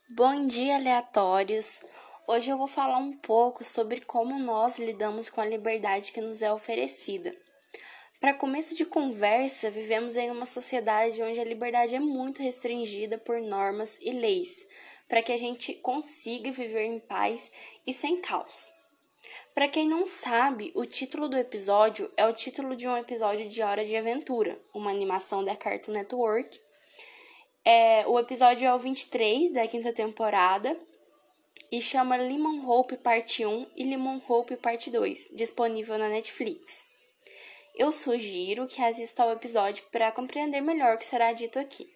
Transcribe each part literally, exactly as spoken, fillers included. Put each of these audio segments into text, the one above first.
Bom dia, aleatórios! Hoje eu vou falar um pouco sobre como nós lidamos com a liberdade que nos é oferecida. Para começo de conversa, vivemos em uma sociedade onde a liberdade é muito restringida por normas e leis, para que a gente consiga viver em paz e sem caos. Para quem não sabe, o título do episódio é o título de um episódio de Hora de Aventura, uma animação da Cartoon Network. É, o episódio é o vinte e três da quinta temporada e chama Lemon Hope Parte um e Lemon Hope Parte dois, disponível na Netflix. Eu sugiro que assista ao episódio para compreender melhor o que será dito aqui.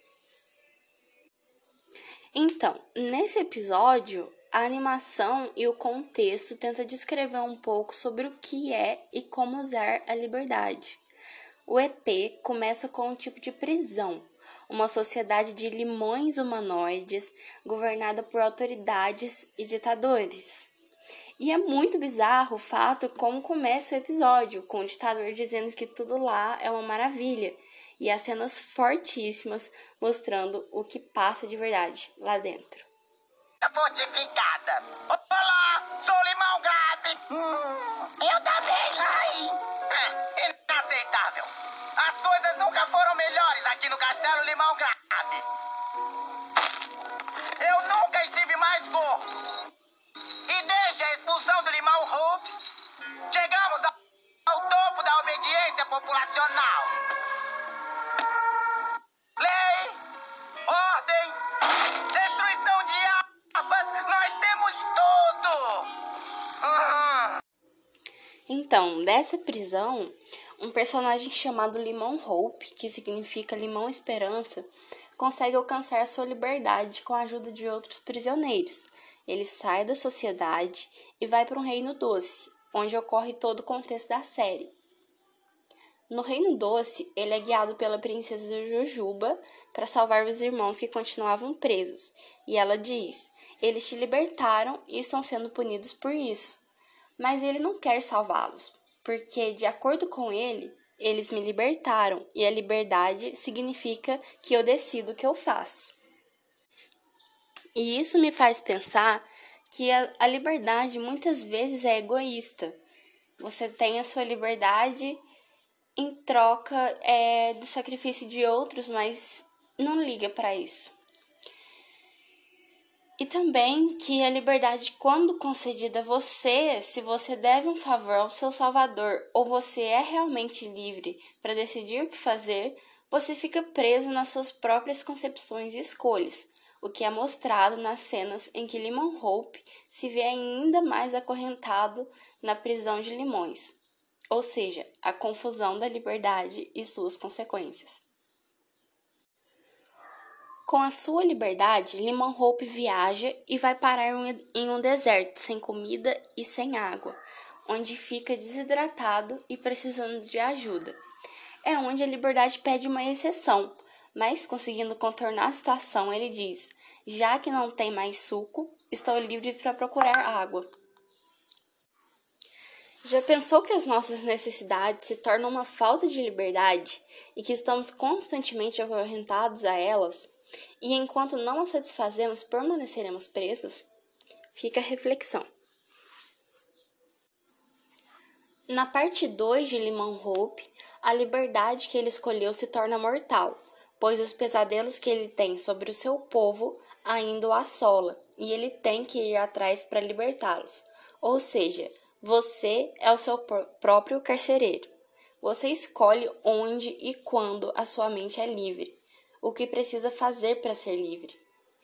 Então, nesse episódio, a animação e o contexto tenta descrever um pouco sobre o que é e como usar a liberdade. O E P começa com um tipo de prisão, uma sociedade de limões humanoides governada por autoridades e ditadores. E é muito bizarro o fato como começa o episódio, com o ditador dizendo que tudo lá é uma maravilha, e as cenas fortíssimas mostrando o que passa de verdade lá dentro. Fortificada. Olá, sou Limão Grave. Hum, eu também, ai. É, inaceitável. As coisas nunca foram melhores aqui no Castelo Limão Grave. Eu nunca estive mais gordo. E desde a expulsão do Limão Hope, chegamos ao, ao topo da obediência populacional. Lei, ordem, destruição de armas, nós temos tudo! Uhum. Então, dessa prisão, um personagem chamado Limão Hope, que significa Limão Esperança, consegue alcançar sua liberdade com a ajuda de outros prisioneiros. Ele sai da sociedade e vai para um reino doce, onde ocorre todo o contexto da série. No Reino Doce, ele é guiado pela princesa Jujuba para salvar os irmãos que continuavam presos. E ela diz: eles te libertaram e estão sendo punidos por isso. Mas ele não quer salvá-los, porque, de acordo com ele, eles me libertaram e a liberdade significa que eu decido o que eu faço. E isso me faz pensar que a, a liberdade muitas vezes é egoísta. Você tem a sua liberdade em troca é, do sacrifício de outros, mas não liga para isso. E também que a liberdade, quando concedida a você, se você deve um favor ao seu Salvador ou você é realmente livre para decidir o que fazer, você fica preso nas suas próprias concepções e escolhas, o que é mostrado nas cenas em que Lemon Hope se vê ainda mais acorrentado na prisão de limões. Ou seja, a confusão da liberdade e suas consequências. Com a sua liberdade, Lemon Hope viaja e vai parar em um deserto sem comida e sem água, onde fica desidratado e precisando de ajuda. É onde a liberdade pede uma exceção, mas conseguindo contornar a situação, ele diz: já que não tem mais suco, estou livre para procurar água. Já pensou que as nossas necessidades se tornam uma falta de liberdade e que estamos constantemente acorrentados a elas? E enquanto não as satisfazemos, permaneceremos presos? Fica a reflexão. Na parte dois de Lemon Hope, a liberdade que ele escolheu se torna mortal, pois os pesadelos que ele tem sobre o seu povo ainda o assola, e ele tem que ir atrás para libertá-los. Ou seja, você é o seu próprio carcereiro. Você escolhe onde e quando a sua mente é livre. O que precisa fazer para ser livre.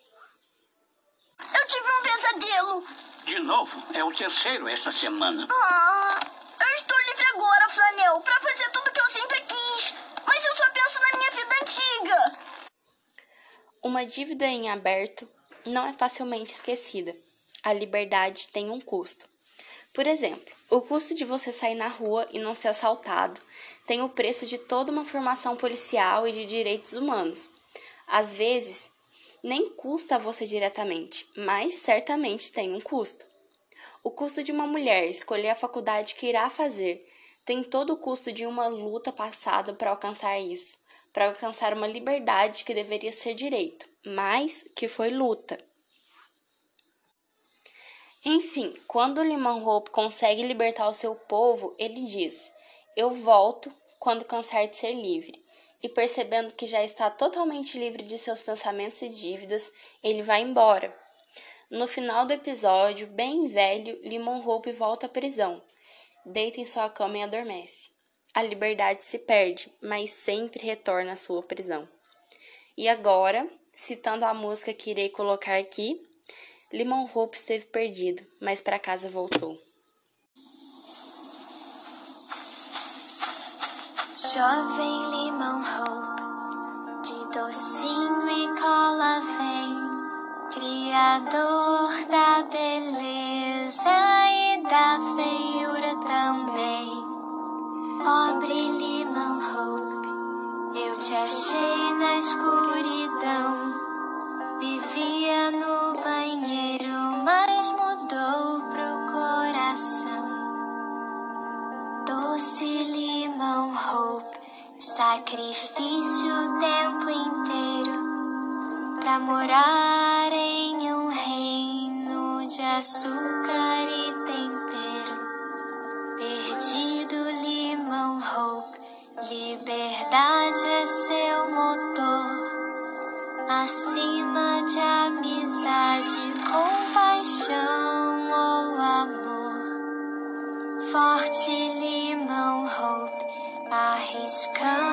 Eu tive um pesadelo. De novo? É o terceiro esta semana. Ah, eu estou livre agora, Flanel, para fazer tudo que eu sempre quis. Mas eu só penso na minha vida antiga. Uma dívida em aberto não é facilmente esquecida. A liberdade tem um custo. Por exemplo, o custo de você sair na rua e não ser assaltado tem o preço de toda uma formação policial e de direitos humanos. Às vezes, nem custa a você diretamente, mas certamente tem um custo. O custo de uma mulher escolher a faculdade que irá fazer tem todo o custo de uma luta passada para alcançar isso, para alcançar uma liberdade que deveria ser direito, mas que foi luta. Enfim, quando o Limão Hope consegue libertar o seu povo, ele diz: eu volto quando cansar de ser livre. E percebendo que já está totalmente livre de seus pensamentos e dívidas, ele vai embora. No final do episódio, bem velho, Limão Hope volta à prisão. Deita em sua cama e adormece. A liberdade se perde, mas sempre retorna à sua prisão. E agora, citando a música que irei colocar aqui, Limão Hope esteve perdido, mas para casa voltou. Jovem Limão Hope, de docinho e cola vem, criador da beleza e da feiura também. Pobre Limão Hope, eu te achei na escuridão. Vivia no banheiro, mas mudou pro coração. Doce Limão Hope, sacrifício o tempo inteiro pra morar em um reino de açúcar e tempero. Perdido Limão Hope, liberdade é seu motor. Acima de amizade, compaixão ou amor. Forte Limão Hope, arriscando